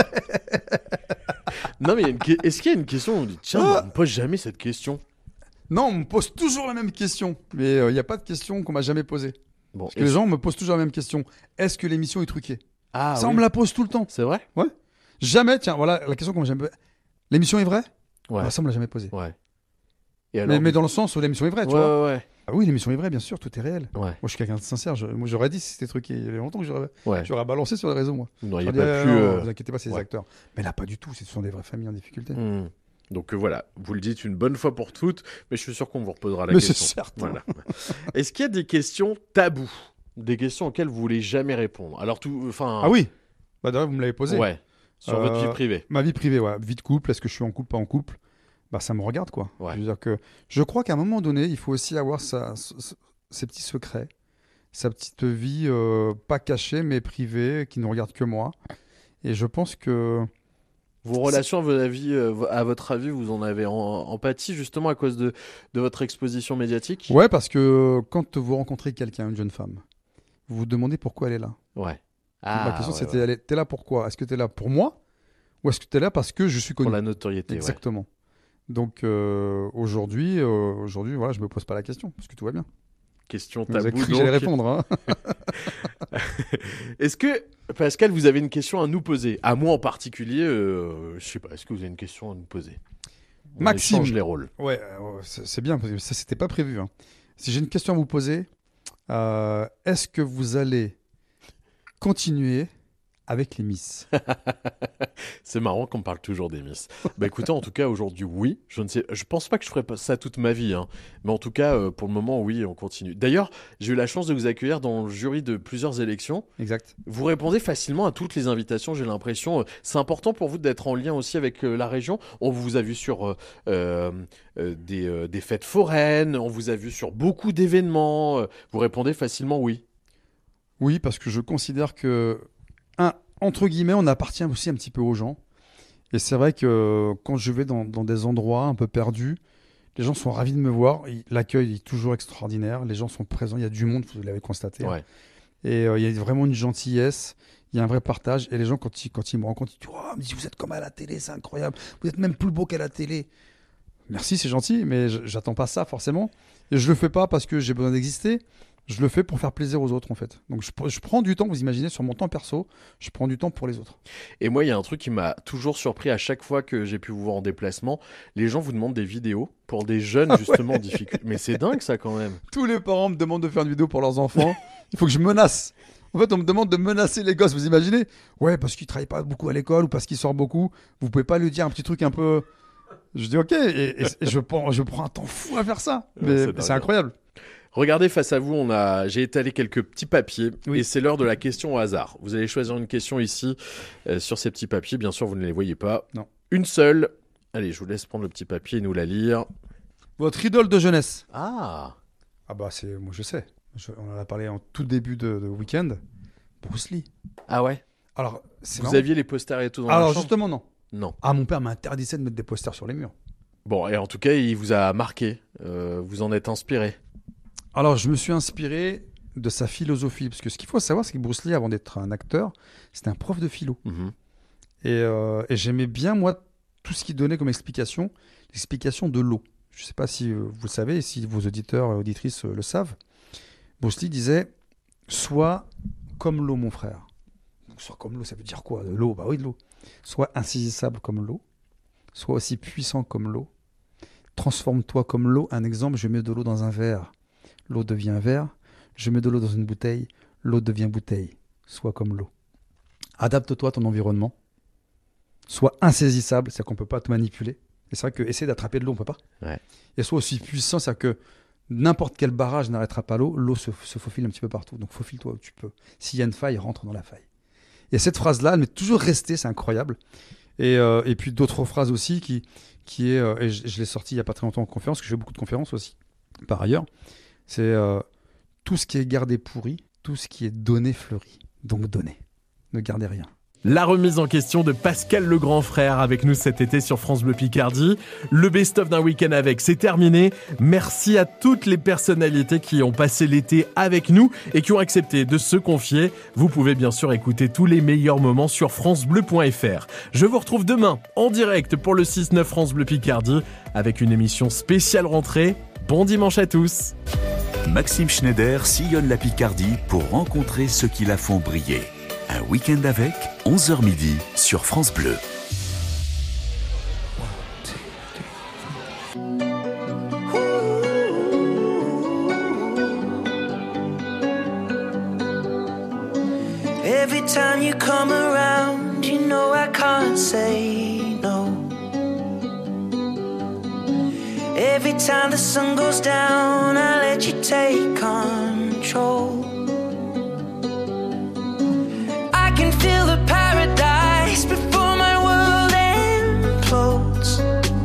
Non mais il y a une... est-ce qu'il y a une question où on dit tiens, ah on me pose jamais cette question? Non, on me pose toujours la même question, mais il euh, n'y a pas de question qu'on m'a jamais posée. Bon, Parce que les gens me posent toujours la même question. Est-ce que l'émission est truquée? Ah, ça, oui. on me la pose tout le temps. C'est vrai? Ouais. Jamais, tiens, voilà la question que j'aime. L'émission est vraie? Ouais. Ah, ça, on me l'a jamais posé. Ouais. Et alors, mais, mais dans le sens où l'émission est vraie, tu ouais, vois. ouais, ouais. Ah oui, l'émission est vraie, bien sûr, tout est réel. Ouais. Moi, je suis quelqu'un de sincère. Je, moi, j'aurais dit si c'était truqué il y a longtemps que j'aurais, Ouais. j'aurais balancé sur les réseaux, moi. Vous n'auriez J'aurais pas dit, pu, non, euh, vous inquiétez pas, c'est ouais. des acteurs. Mais là, pas du tout. Ce sont des vraies familles en difficulté. Hmm. Donc euh, voilà, vous le dites une bonne fois pour toutes, mais je suis sûr qu'on vous reposera la Mais question. c'est certain. Voilà. Est-ce qu'il y a des questions tabous, des questions auxquelles vous voulez jamais répondre? Alors tout, enfin. Ah oui. Bah d'ailleurs, vous me l'avez posé. Ouais. Sur Euh, votre vie privée. Ma vie privée, ouais. Vie de couple, est-ce que je suis en couple, pas en couple? Bah ça me regarde, quoi. Ouais. Je veux dire que je crois qu'à un moment donné, il faut aussi avoir sa, sa- ses petits secrets, sa petite vie euh, pas cachée mais privée, qui ne regarde que moi. Et je pense que Vos relations, à votre avis, euh, à votre avis, vous en avez en, empathie justement à cause de, de votre exposition médiatique? ouais, parce que quand vous rencontrez quelqu'un, une jeune femme, vous vous demandez pourquoi elle est là. Ouais. Ma question ouais, c'était, ouais. elle est- t'es là pourquoi? Est-ce que t'es là pour moi ou est-ce que t'es là parce que je suis connu? Pour la notoriété. Ouais. Exactement. Donc euh, aujourd'hui, euh, aujourd'hui, voilà, je me pose pas la question parce que tout va bien. Question Vous avez tabou. cru que j'allais donc. répondre, hein. Est-ce que, Pascal, vous avez une question à nous poser? À moi en particulier, euh, je sais pas, est-ce que vous avez une question à nous poser? On Maxime. échange les rôles. Ouais, euh, c'est c'est bien parce que ça c'était pas prévu, hein. Si j'ai une question à vous poser, euh, est-ce que vous allez continuer avec les Miss? C'est marrant qu'on parle toujours des Miss. Bah écoutez, en tout cas aujourd'hui oui. Je ne sais, je pense pas que je ferai pas ça toute ma vie, hein. Mais en tout cas euh, pour le moment oui, on continue. D'ailleurs, j'ai eu la chance de vous accueillir dans le jury de plusieurs élections. Exact. Vous répondez facilement à toutes les invitations. J'ai l'impression, euh, c'est important pour vous d'être en lien aussi avec euh, la région. On vous a vu sur euh, euh, euh, des, euh, des fêtes foraines. On vous a vu sur beaucoup d'événements. Euh, vous répondez facilement oui. Oui, parce que je considère que, un, entre guillemets, on appartient aussi un petit peu aux gens. Et c'est vrai que quand je vais dans, dans des endroits un peu perdus, les gens sont ravis de me voir. Il- L'accueil est toujours extraordinaire. Les gens sont présents. Il y a du monde, vous l'avez constaté. hein. Ouais. Et euh, il y a vraiment une gentillesse. Il y a un vrai partage. Et les gens, quand ils, quand ils me rencontrent, ils disent oh, mais vous êtes comme à la télé, c'est incroyable. Vous êtes même plus beau qu'à la télé. Merci, c'est gentil, mais je- j'attends pas ça forcément. Et je le fais pas parce que j'ai besoin d'exister. Je le fais pour faire plaisir aux autres, en fait. Donc je, pr- je prends du temps, vous imaginez, sur mon temps perso, je prends du temps pour les autres. Et moi, il y a un truc qui m'a toujours surpris à chaque fois que j'ai pu vous voir en déplacement. Les gens vous demandent des vidéos pour des jeunes, justement, en difficulté. Mais c'est dingue, ça, quand même. Tous les parents me demandent de faire une vidéo pour leurs enfants. Il faut que je menace. En fait, on me demande de menacer les gosses, vous imaginez? Ouais, parce qu'ils travaillent pas beaucoup à l'école ou parce qu'ils sortent beaucoup. Vous pouvez pas lui dire un petit truc un peu... Je dis ok, et, et- et je, prends, je prends un temps fou à faire ça. Ouais, Mais c'est c'est dingue. incroyable. Regardez face à vous, on a, j'ai étalé quelques petits papiers et c'est l'heure de la question au hasard. Vous allez choisir une question ici euh, sur ces petits papiers. Bien sûr, vous ne les voyez pas. Non. Une seule. Allez, je vous laisse prendre le petit papier et nous la lire. Votre idole de jeunesse? Ah. Ah bah c'est, moi je sais. Je- on en a parlé en tout début de, de week-end. Bruce Lee. Ah ouais. Alors, c'est Vous marrant. aviez les posters et tout dans la Alors chambre? justement non. Non. Ah, mon père m'interdisait de mettre des posters sur les murs. Bon, et en tout cas, il vous a marqué. Euh, vous en êtes inspiré. Alors, je me suis inspiré de sa philosophie. Parce que ce qu'il faut savoir, c'est que Bruce Lee, avant d'être un acteur, c'était un prof de philo. Mhm. Et, euh, et j'aimais bien, moi, tout ce qu'il donnait comme explication, l'explication de l'eau. Je ne sais pas si euh, vous le savez, et si vos auditeurs et auditrices euh, le savent. Bruce Lee disait « Sois comme l'eau, mon frère ». Donc, sois comme l'eau, ça veut dire quoi? De l'eau? Bah oui, de l'eau. Sois insaisissable comme l'eau. Sois aussi puissant comme l'eau. Transforme-toi comme l'eau. Un exemple, je mets de l'eau dans un verre. L'eau devient verre. Je mets de l'eau dans une bouteille. L'eau devient bouteille. Sois comme l'eau. Adapte-toi à ton environnement. Sois insaisissable, c'est-à-dire qu'on ne peut pas te manipuler. Et c'est vrai que essayer d'attraper de l'eau, on ne peut pas. Ouais. Et sois aussi puissant, c'est-à-dire que n'importe quel barrage n'arrêtera pas l'eau. L'eau se, se faufile un petit peu partout. Donc faufile-toi où tu peux. S'il y a une faille, rentre dans la faille. Et cette phrase-là, elle m'est toujours restée, c'est incroyable. Et, euh, et puis d'autres phrases aussi qui, qui est, euh, et je, je l'ai sorti il n'y a pas très longtemps en conférence, parce que je fais beaucoup de conférences aussi, par ailleurs, c'est euh, tout ce qui est gardé pourri, tout ce qui est donné fleurit. Donc donnez, ne gardez rien. La remise en question de Pascal le grand frère avec nous cet été sur France Bleu Picardie. Le best-of d'un week-end avec, c'est terminé. Merci à toutes les personnalités qui ont passé l'été avec nous et qui ont accepté de se confier. Vous pouvez bien sûr écouter tous les meilleurs moments sur francebleu point f r. Je vous retrouve demain en direct pour le six neuf France Bleu Picardie avec une émission spéciale rentrée. Bon dimanche à tous. Maxime Schneider sillonne la Picardie pour rencontrer ceux qui la font briller. Un week-end avec, onze heures midi sur France Bleu. Every time you come around, you know I can't say no. Every time the sun goes down, I let you take control. I can feel the paradise before my world implodes.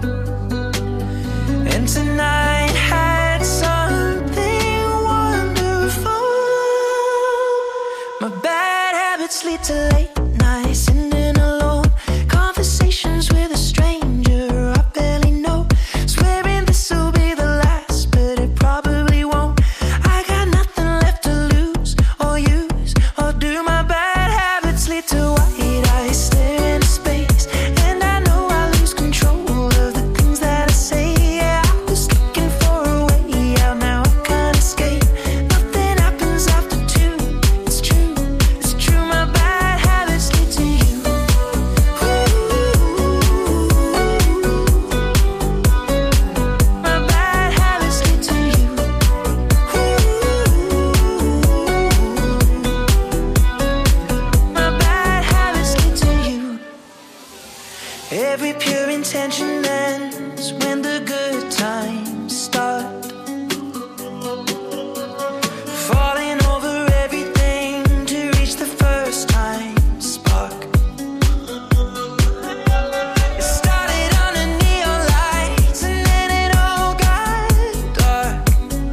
And tonight had something wonderful. My bad habits lead to late nights, sitting alone, conversations with a stranger I barely know, swearing this will be the last, but it probably won't. I got nothing left to lose or use or do. My bad habits lead to white eyes staring into space, and I know I lose control of the things that I say. Yeah, I was looking for a way out, now I can't escape. Nothing happens after two. It's true, it's true. My bad habits lead to you. My bad habits lead to you. My bad habits lead to you. Every pure intention ends when the good times start. Falling over everything to reach the first time spark. It started under neon lights and then it all got dark.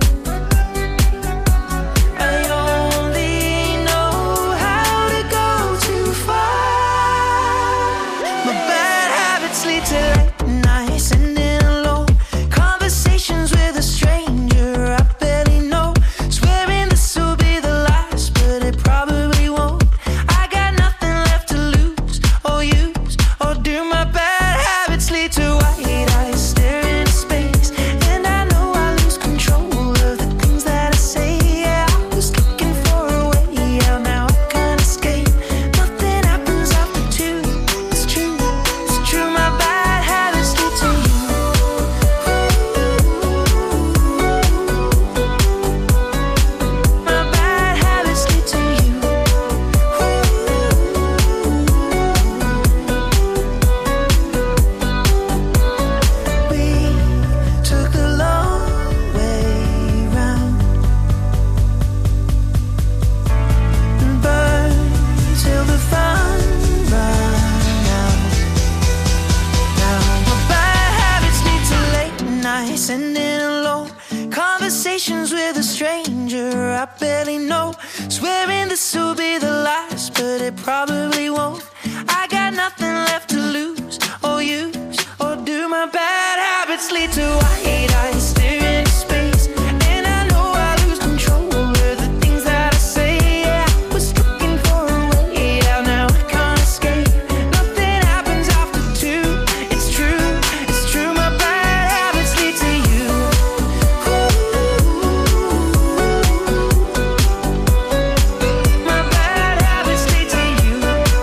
I only know how to go too far. My bad habits lead to late nights, sitting alone, conversations with a stranger I barely know, swearing this will be the last, but it probably won't. I got nothing left to lose or use or do. My bad habits lead to white eyes staring into space, and I know I lose control of the things that I say. Yeah, I was looking for a way out, now I can't escape. Nothing happens after two. It's true, it's true. My bad habits lead to you. My bad habits lead to you. We took the long way round and burned till the fun ran out. Now my bad habits lead to late nights, sitting alone, conversations with a stranger I barely know, swearing this will be the last, but it probably won't. I got nothing left to lose or use or do. My bad habits lead to white eyes staring into space, and I know I lose control of the things that I say. Yeah, I was looking for a way out, now I can't escape. Nothing happens after two. It's true, it's true. My bad habits lead to you. My bad habits lead to you.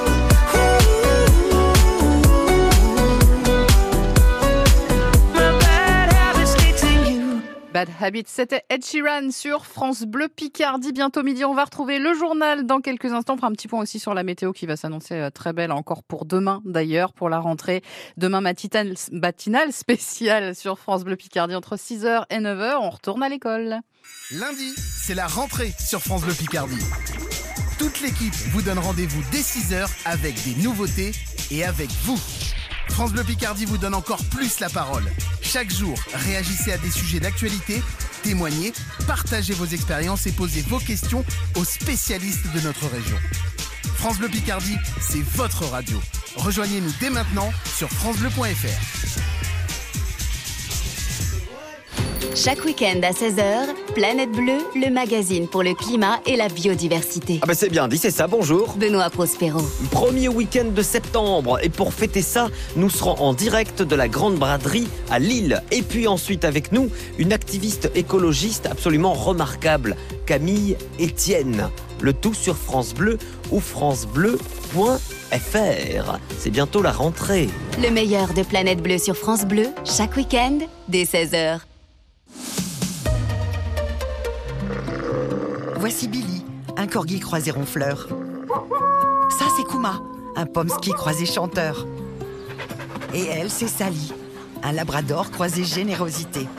My bad habits lead to you. Bad Habits, c'était Ed Sheeran sur France Bleu Picardie. Bientôt midi, on va retrouver le journal dans quelques instants. On fera un petit point aussi sur la météo qui va s'annoncer euh, très belle encore pour demain d'ailleurs, pour la rentrée. Demain matinale, matinale spéciale sur France Bleu Picardie entre six heures et neuf heures. On retourne à l'école. Lundi, c'est la rentrée sur France Bleu Picardie. Toute l'équipe vous donne rendez-vous dès six heures avec des nouveautés et avec vous. France Bleu Picardie vous donne encore plus la parole. Chaque jour, réagissez à des sujets d'actualité, témoignez, partagez vos expériences et posez vos questions aux spécialistes de notre région. France Bleu Picardie, c'est votre radio. Rejoignez-nous dès maintenant sur francebleu point f r. Chaque week-end à seize heures, Planète Bleue, le magazine pour le climat et la biodiversité. Ah bah c'est bien dit, c'est ça, bonjour. Benoît Prospero. Premier week-end de septembre, et pour fêter ça, nous serons en direct de la Grande Braderie à Lille. Et puis ensuite avec nous, une activiste écologiste absolument remarquable, Camille Etienne. Le tout sur France Bleu ou francebleu point f r. C'est bientôt la rentrée. Le meilleur de Planète Bleue sur France Bleu, chaque week-end, dès seize heures. Voici Billy, un corgi croisé ronfleur. Ça, c'est Kuma, un pomsky croisé chanteur. Et elle, c'est Sally, un labrador croisé générosité.